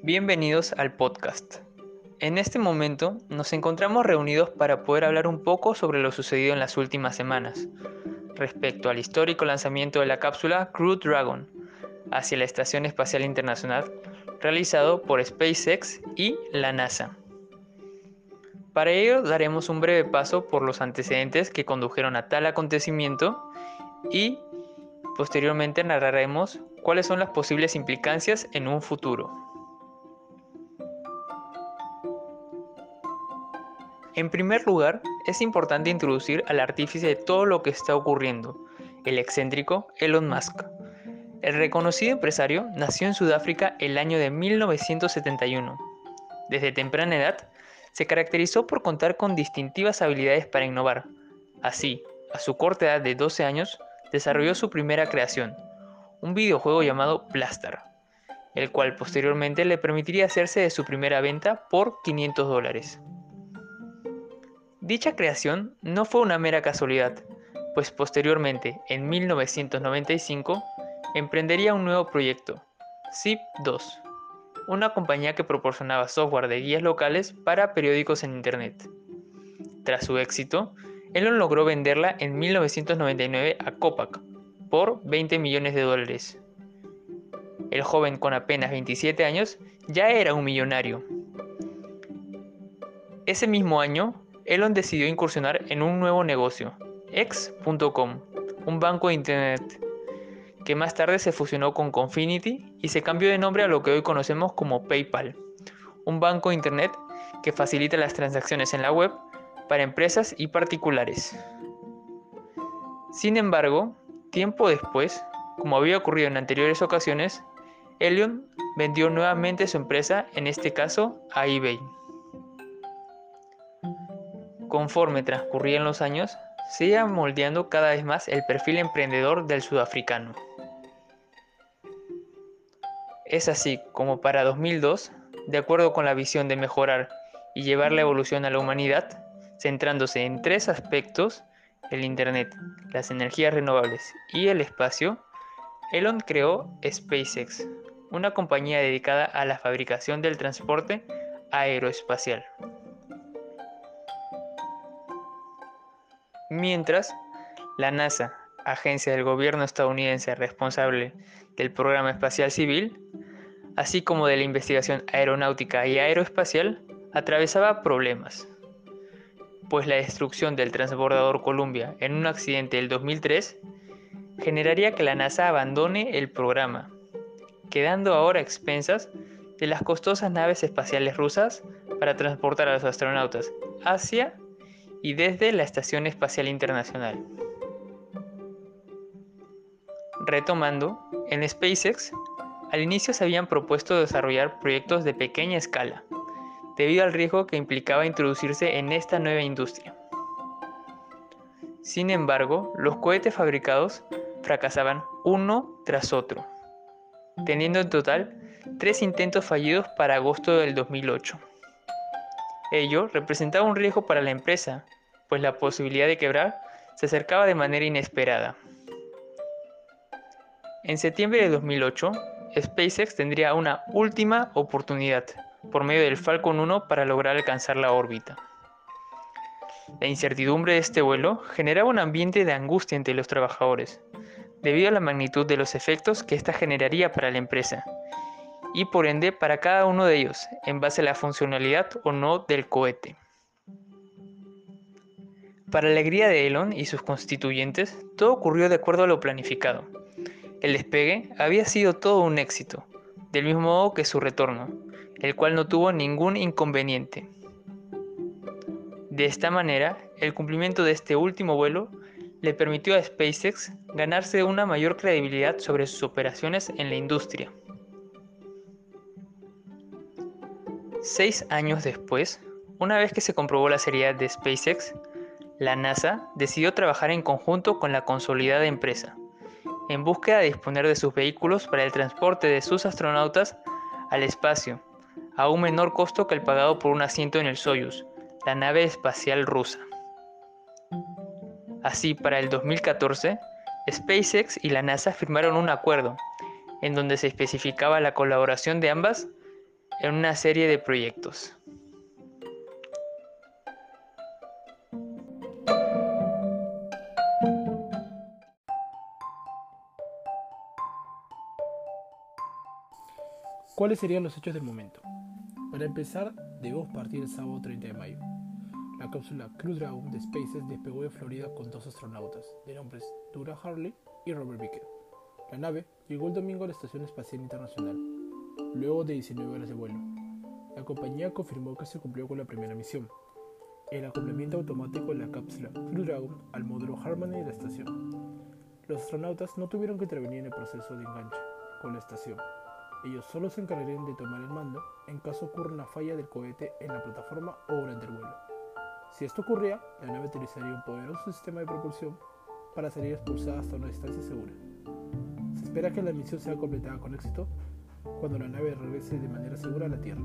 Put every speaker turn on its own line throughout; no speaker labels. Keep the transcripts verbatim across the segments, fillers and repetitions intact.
Bienvenidos al podcast. En este momento nos encontramos reunidos para poder hablar un poco sobre lo sucedido en las últimas semanas, respecto al histórico lanzamiento de la cápsula Crew Dragon hacia la Estación Espacial Internacional, realizado por SpaceX y la NASA. Para ello daremos un breve paso por los antecedentes que condujeron a tal acontecimiento y posteriormente narraremos cuáles son las posibles implicancias en un futuro. En primer lugar, es importante introducir al artífice de todo lo que está ocurriendo, el excéntrico Elon Musk. El reconocido empresario nació en Sudáfrica el año de mil novecientos setenta y uno. Desde temprana edad, se caracterizó por contar con distintivas habilidades para innovar. Así, a su corta edad de doce años, desarrolló su primera creación, un videojuego llamado Blaster, el cual posteriormente le permitiría hacerse de su primera venta por quinientos dólares. Dicha creación no fue una mera casualidad, pues posteriormente, en mil novecientos noventa y cinco, emprendería un nuevo proyecto, Zip dos, una compañía que proporcionaba software de guías locales para periódicos en Internet. Tras su éxito, Elon logró venderla en mil novecientos noventa y nueve a Compaq por veinte millones de dólares. El joven con apenas veintisiete años ya era un millonario. Ese mismo año, Elon decidió incursionar en un nuevo negocio, X punto com, un banco de Internet, que más tarde se fusionó con Confinity y se cambió de nombre a lo que hoy conocemos como PayPal, un banco de Internet que facilita las transacciones en la web para empresas y particulares. Sin embargo, tiempo después, como había ocurrido en anteriores ocasiones, Elon vendió nuevamente su empresa, en este caso a eBay. Conforme transcurrían los años, se iba moldeando cada vez más el perfil emprendedor del sudafricano. Es así como para dos mil dos, de acuerdo con la visión de mejorar y llevar la evolución a la humanidad, centrándose en tres aspectos, el Internet, las energías renovables y el espacio, Elon creó SpaceX, una compañía dedicada a la fabricación del transporte aeroespacial. Mientras, la NASA, agencia del gobierno estadounidense responsable del programa espacial civil, así como de la investigación aeronáutica y aeroespacial, atravesaba problemas, pues la destrucción del transbordador Columbia en un accidente del dos mil tres generaría que la NASA abandone el programa, quedando ahora a expensas de las costosas naves espaciales rusas para transportar a los astronautas hacia y desde la Estación Espacial Internacional. Retomando, en SpaceX, al inicio se habían propuesto desarrollar proyectos de pequeña escala, debido al riesgo que implicaba introducirse en esta nueva industria. Sin embargo, los cohetes fabricados fracasaban uno tras otro, teniendo en total tres intentos fallidos para agosto del dos mil ocho. Ello representaba un riesgo para la empresa, pues la posibilidad de quebrar se acercaba de manera inesperada. En septiembre de dos mil ocho, SpaceX tendría una última oportunidad por medio del Falcon uno para lograr alcanzar la órbita. La incertidumbre de este vuelo generaba un ambiente de angustia entre los trabajadores, debido a la magnitud de los efectos que ésta generaría para la empresa, y por ende para cada uno de ellos, en base a la funcionalidad o no del cohete. Para alegría de Elon y sus constituyentes, todo ocurrió de acuerdo a lo planificado. El despegue había sido todo un éxito, del mismo modo que su retorno, el cual no tuvo ningún inconveniente. De esta manera, el cumplimiento de este último vuelo le permitió a SpaceX ganarse una mayor credibilidad sobre sus operaciones en la industria. Seis años después, una vez que se comprobó la seriedad de SpaceX, la NASA decidió trabajar en conjunto con la consolidada empresa, en búsqueda de disponer de sus vehículos para el transporte de sus astronautas al espacio, a un menor costo que el pagado por un asiento en el Soyuz, la nave espacial rusa. Así, para el dos mil catorce, SpaceX y la NASA firmaron un acuerdo, en donde se especificaba la colaboración de ambas en una serie de proyectos.
¿Cuáles serían los hechos del momento? Para empezar, debemos partir el sábado treinta de mayo. La cápsula Crew Dragon de SpaceX despegó de Florida con dos astronautas, de nombres Douglas Hurley y Robert Beecher. La nave llegó el domingo a la Estación Espacial Internacional, luego de diecinueve horas de vuelo. La compañía confirmó que se cumplió con la primera misión, el acoplamiento automático de la cápsula Crew Dragon al módulo Harmony de la estación. Los astronautas no tuvieron que intervenir en el proceso de enganche con la estación. Ellos solo se encargarían de tomar el mando en caso ocurra una falla del cohete en la plataforma o durante el vuelo. Si esto ocurría, la nave utilizaría un poderoso sistema de propulsión para salir expulsada hasta una distancia segura. Se espera que la misión sea completada con éxito cuando la nave regrese de manera segura a la Tierra.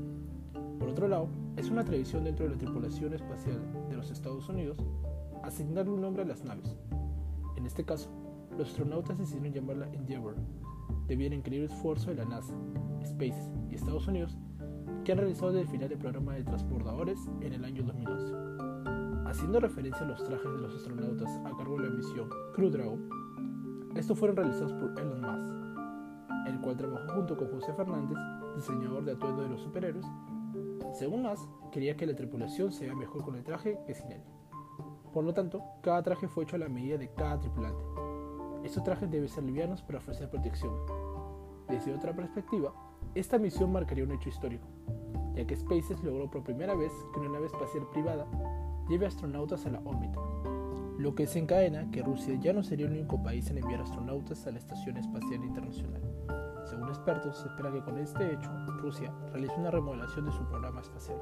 Por otro lado, es una tradición dentro de la tripulación espacial de los Estados Unidos asignarle un nombre a las naves. En este caso, los astronautas decidieron llamarla Endeavour, debido al increíble esfuerzo de la NASA, SpaceX y Estados Unidos, que han realizado desde el final del programa de transbordadores en el año dos mil once. Haciendo referencia a los trajes de los astronautas a cargo de la misión Crew Dragon, estos fueron realizados por Elon Musk, el cual trabajó junto con José Fernández, diseñador de atuendo de los superhéroes. Según Musk, quería que la tripulación se vea mejor con el traje que sin él. Por lo tanto, cada traje fue hecho a la medida de cada tripulante. Estos trajes deben ser livianos para ofrecer protección. Desde otra perspectiva, esta misión marcaría un hecho histórico, ya que SpaceX logró por primera vez que una nave espacial privada lleve astronautas a la órbita, lo que desencadena que Rusia ya no sería el único país en enviar astronautas a la Estación Espacial Internacional. Según expertos, se espera que con este hecho, Rusia realice una remodelación de su programa espacial.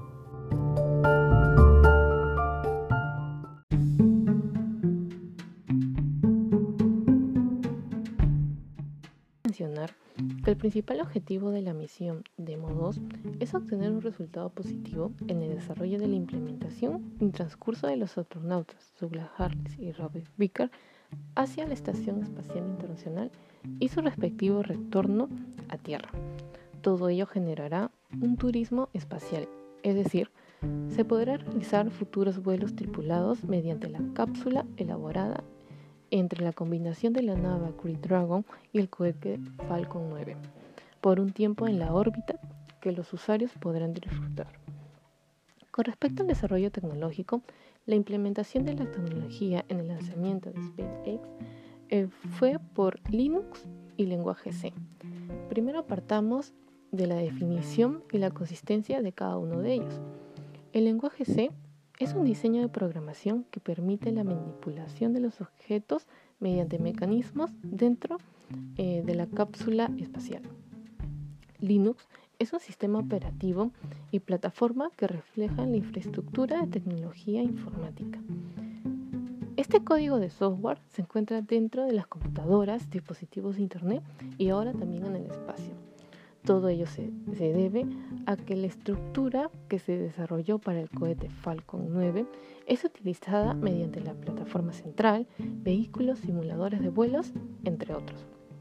Mencionar que el principal objetivo de la misión Demo dos es obtener un resultado positivo en el desarrollo de la implementación y transcurso de los astronautas Douglas Hurley y Robert Beecher hacia la Estación Espacial Internacional y su respectivo retorno a Tierra. Todo ello generará un turismo espacial, es decir, se podrá realizar futuros vuelos tripulados mediante la cápsula elaborada entre la combinación de la nave Crew Dragon y el cohete Falcon nueve, por un tiempo en la órbita que los usuarios podrán disfrutar. Con respecto al desarrollo tecnológico, la implementación de la tecnología en el lanzamiento de SpaceX eh, fue por Linux y lenguaje C. Primero partamos de la definición y la consistencia de cada uno de ellos. El lenguaje C es un diseño de programación que permite la manipulación de los objetos mediante mecanismos dentro eh, de la cápsula espacial. Linux es un sistema operativo y plataforma que refleja la infraestructura de tecnología informática. Este código de software se encuentra dentro de las computadoras, dispositivos de Internet y ahora también en el espacio. Todo ello se, se debe a que la estructura que se desarrolló para el cohete Falcon nueve es utilizada mediante la plataforma central, vehículos, simuladores de vuelos, entre otros.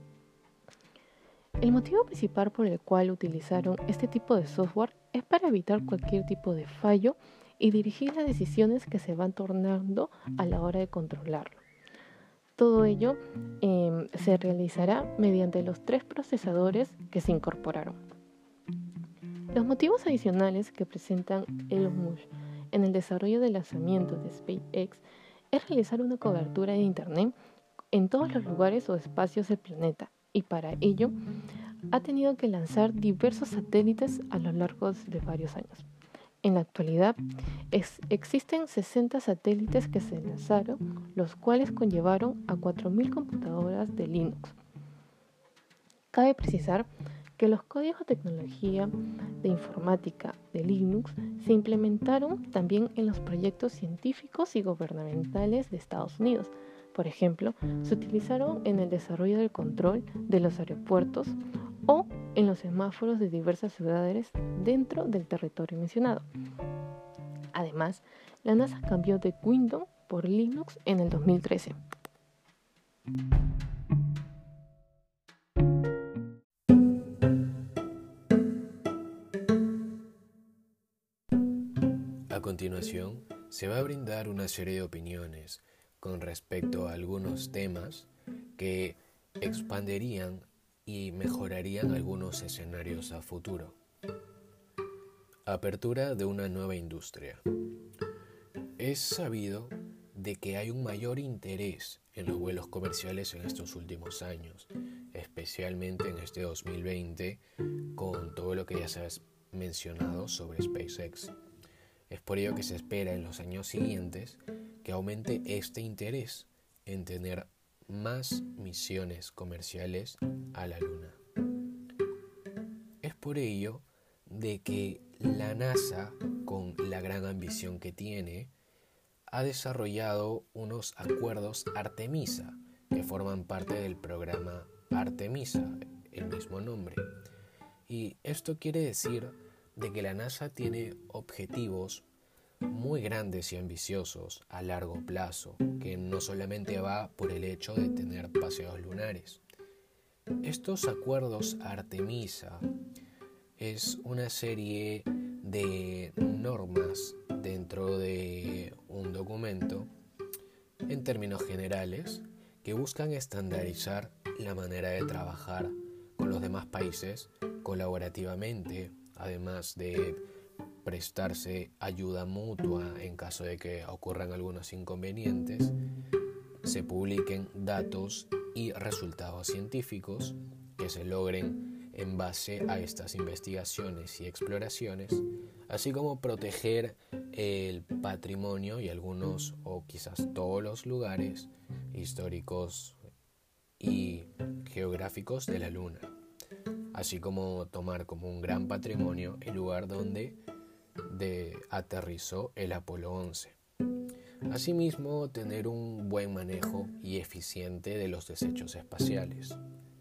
El motivo principal por el cual utilizaron este tipo de software es para evitar cualquier tipo de fallo y dirigir las decisiones que se van tornando a la hora de controlarlo. Todo ello eh, se realizará mediante los tres procesadores que se incorporaron. Los motivos adicionales que presentan Elon Musk en el desarrollo del lanzamiento de SpaceX es realizar una cobertura de Internet en todos los lugares o espacios del planeta, y para ello ha tenido que lanzar diversos satélites a lo largo de varios años. En la actualidad es, existen sesenta satélites que se lanzaron, los cuales conllevaron a cuatro mil computadoras de Linux. Cabe precisar que los códigos de tecnología de informática de Linux se implementaron también en los proyectos científicos y gubernamentales de Estados Unidos. Por ejemplo, se utilizaron en el desarrollo del control de los aeropuertos o en los semáforos de diversas ciudades dentro del territorio mencionado. Además, la NASA cambió de Windows por Linux en el dos mil trece.
continuación, se va a brindar una serie de opiniones con respecto a algunos temas que expanderían y mejorarían algunos escenarios a futuro. Apertura de una nueva industria. Es sabido de que hay un mayor interés en los vuelos comerciales en estos últimos años, especialmente en este dos mil veinte, con todo lo que ya se ha mencionado sobre SpaceX. Es por ello que se espera en los años siguientes que aumente este interés en tener más misiones comerciales a la Luna. Es por ello de que la NASA, con la gran ambición que tiene, ha desarrollado unos acuerdos Artemisa, que forman parte del programa Artemisa, el mismo nombre. Y esto quiere decir de que la NASA tiene objetivos muy grandes y ambiciosos a largo plazo, que no solamente va por el hecho de tener paseos lunares. Estos acuerdos Artemisa es una serie de normas dentro de un documento, en términos generales, que buscan estandarizar la manera de trabajar con los demás países colaborativamente, además de prestarse ayuda mutua en caso de que ocurran algunos inconvenientes, se publiquen datos y resultados científicos que se logren en base a estas investigaciones y exploraciones, así como proteger el patrimonio y algunos o quizás todos los lugares históricos y geográficos de la Luna, así como tomar como un gran patrimonio el lugar donde de aterrizó el Apolo once. Asimismo, tener un buen manejo y eficiente de los desechos espaciales.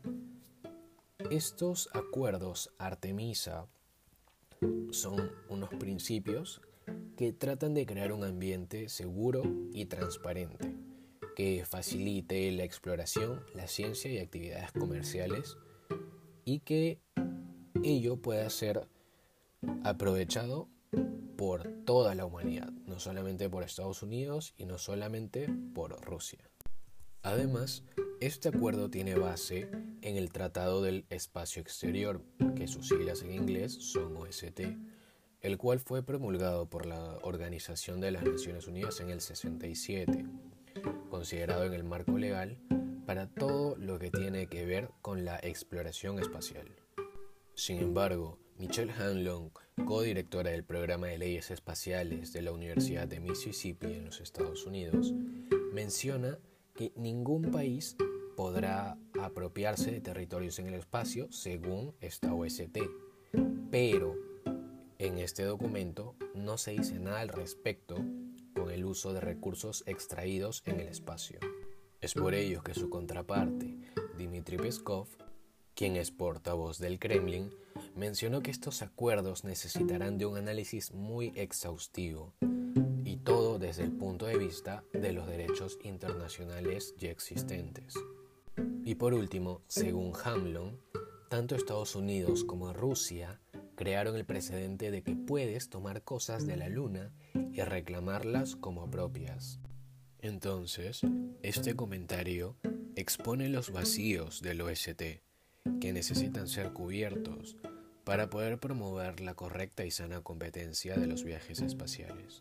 Estos acuerdos Artemisa son unos principios que tratan de crear un ambiente seguro y transparente, que facilite la exploración, la ciencia y actividades comerciales, y que ello pueda ser aprovechado por toda la humanidad, no solamente por Estados Unidos y no solamente por Rusia. Además, este acuerdo tiene base en el Tratado del Espacio Exterior, que sus siglas en inglés son O S T, el cual fue promulgado por la Organización de las Naciones Unidas en el sesenta y siete, considerado en el marco legal para todo lo que tiene que ver con la exploración espacial. Sin embargo, Michelle Hanlon, codirectora del Programa de Leyes Espaciales de la Universidad de Mississippi en los Estados Unidos, menciona que ningún país podrá apropiarse de territorios en el espacio según esta O S T, pero en este documento no se dice nada al respecto con el uso de recursos extraídos en el espacio. Es por ello que su contraparte, Dmitry Peskov, quien es portavoz del Kremlin, mencionó que estos acuerdos necesitarán de un análisis muy exhaustivo, y todo desde el punto de vista de los derechos internacionales ya existentes. Y por último, según Hanlon, tanto Estados Unidos como Rusia crearon el precedente de que puedes tomar cosas de la Luna y reclamarlas como propias. Entonces, este comentario expone los vacíos del O S T, que necesitan ser cubiertos para poder promover la correcta y sana competencia de los viajes espaciales.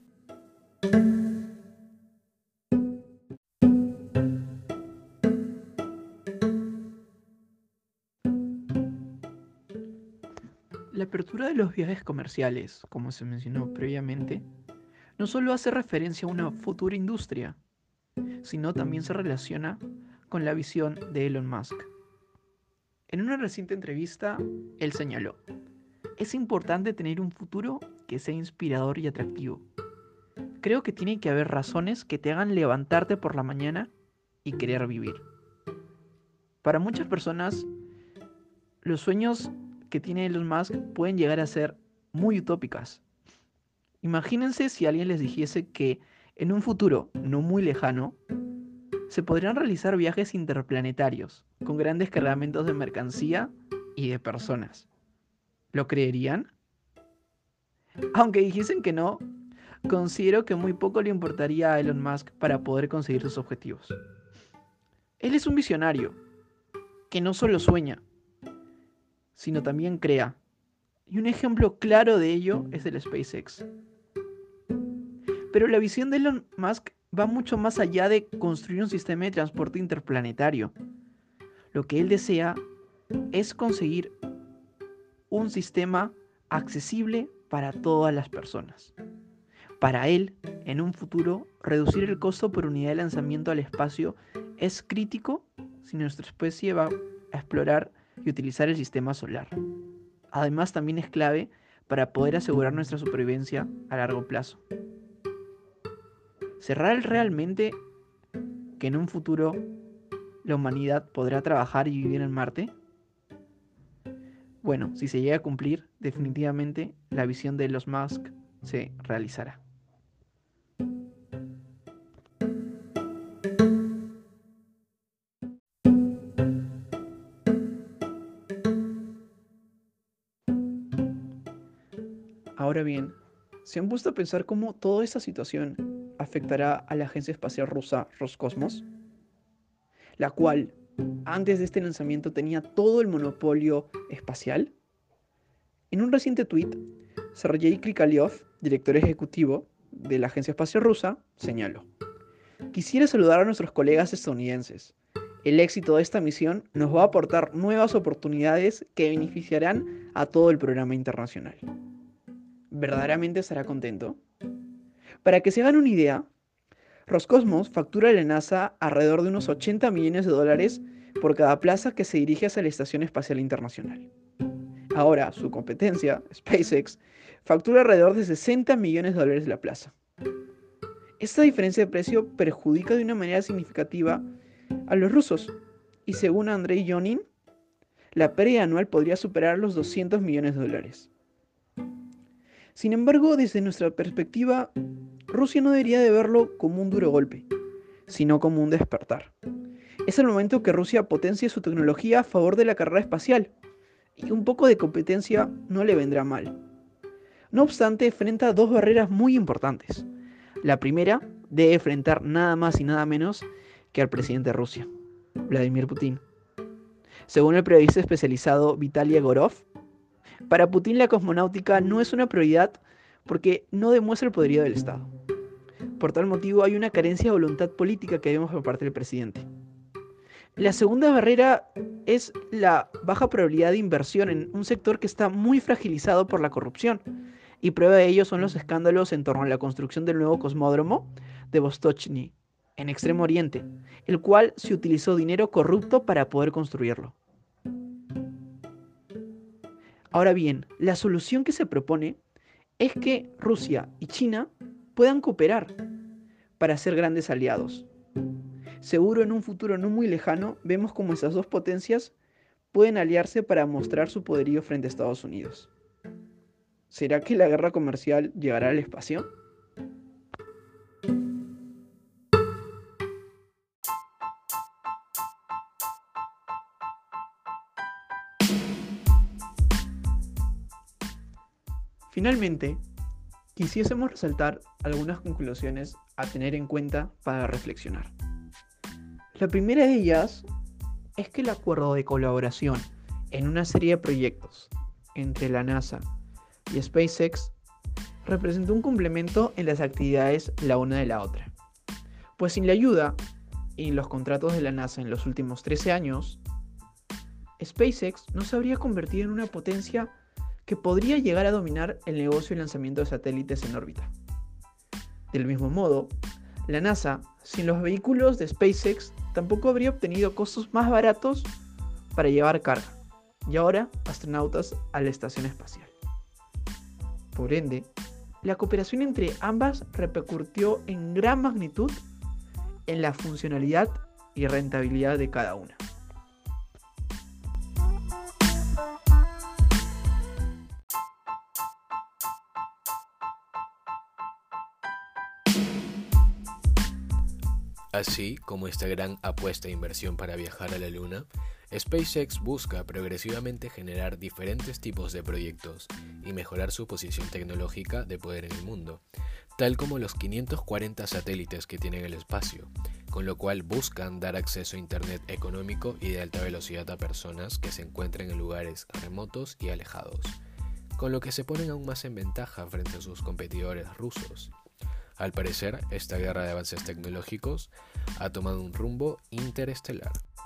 La apertura de los viajes comerciales, como se mencionó previamente, no solo hace referencia a una futura industria, sino también se relaciona con la visión de Elon Musk. En una reciente entrevista, él señaló: es importante tener un futuro que sea inspirador y atractivo. Creo que tiene que haber razones que te hagan levantarte por la mañana y querer vivir. Para muchas personas, los sueños que tiene Elon Musk pueden llegar a ser muy utópicas. Imagínense si alguien les dijese que en un futuro no muy lejano se podrían realizar viajes interplanetarios con grandes cargamentos de mercancía y de personas. ¿Lo creerían? Aunque dijesen que no, considero que muy poco le importaría a Elon Musk para poder conseguir sus objetivos. Él es un visionario que no solo sueña, sino también crea. Y un ejemplo claro de ello es el SpaceX. Pero la visión de Elon Musk va mucho más allá de construir un sistema de transporte interplanetario. Lo que él desea es conseguir un sistema accesible para todas las personas. Para él, en un futuro, reducir el costo por unidad de lanzamiento al espacio es crítico si nuestra especie va a explorar y utilizar el sistema solar. Además, también es clave para poder asegurar nuestra supervivencia a largo plazo. ¿Será realmente que en un futuro la humanidad podrá trabajar y vivir en Marte? Bueno, si se llega a cumplir, definitivamente la visión de Elon Musk se realizará. Ahora bien, ¿se han puesto a pensar cómo toda esta situación afectará a la agencia espacial rusa Roscosmos? La cual, antes de este lanzamiento, tenía todo el monopolio espacial. En un reciente tuit, Sergei Krikalev, director ejecutivo de la agencia espacial rusa, señaló: quisiera saludar a nuestros colegas estadounidenses. El éxito de esta misión nos va a aportar nuevas oportunidades que beneficiarán a todo el programa internacional. ¿Verdaderamente estará contento? Para que se hagan una idea, Roscosmos factura a la NASA alrededor de unos ochenta millones de dólares por cada plaza que se dirige hacia la Estación Espacial Internacional. Ahora, su competencia, SpaceX, factura alrededor de sesenta millones de dólares la plaza. Esta diferencia de precio perjudica de una manera significativa a los rusos, y según Andrei Yonin, la pérdida anual podría superar los doscientos millones de dólares. Sin embargo, desde nuestra perspectiva, Rusia no debería de verlo como un duro golpe, sino como un despertar. Es el momento que Rusia potencie su tecnología a favor de la carrera espacial, y un poco de competencia no le vendrá mal. No obstante, enfrenta dos barreras muy importantes. La primera debe enfrentar nada más y nada menos que al presidente de Rusia, Vladimir Putin. Según el periodista especializado Vitaly Egorov, para Putin la cosmonáutica no es una prioridad porque no demuestra el poderío del Estado. Por tal motivo hay una carencia de voluntad política que vemos por parte del presidente. La segunda barrera es la baja probabilidad de inversión en un sector que está muy fragilizado por la corrupción, y prueba de ello son los escándalos en torno a la construcción del nuevo cosmódromo de Vostochny, en Extremo Oriente, el cual se utilizó dinero corrupto para poder construirlo. Ahora bien, la solución que se propone es que Rusia y China puedan cooperar para ser grandes aliados. Seguro en un futuro no muy lejano vemos cómo esas dos potencias pueden aliarse para mostrar su poderío frente a Estados Unidos. ¿Será que la guerra comercial llegará al espacio? Finalmente, quisiésemos resaltar algunas conclusiones a tener en cuenta para reflexionar. La primera de ellas es que el acuerdo de colaboración en una serie de proyectos entre la NASA y SpaceX representó un complemento en las actividades la una de la otra. Pues sin la ayuda y los contratos de la NASA en los últimos trece años, SpaceX no se habría convertido en una potencia que podría llegar a dominar el negocio y lanzamiento de satélites en órbita. Del mismo modo, la NASA, sin los vehículos de SpaceX, tampoco habría obtenido costos más baratos para llevar carga, y ahora astronautas a la estación espacial. Por ende, la cooperación entre ambas repercutió en gran magnitud en la funcionalidad y rentabilidad de cada una.
Así como esta gran apuesta e inversión para viajar a la Luna, SpaceX busca progresivamente generar diferentes tipos de proyectos y mejorar su posición tecnológica de poder en el mundo, tal como los quinientos cuarenta satélites que tienen el espacio, con lo cual buscan dar acceso a Internet económico y de alta velocidad a personas que se encuentren en lugares remotos y alejados, con lo que se ponen aún más en ventaja frente a sus competidores rusos. Al parecer, esta guerra de avances tecnológicos ha tomado un rumbo interestelar.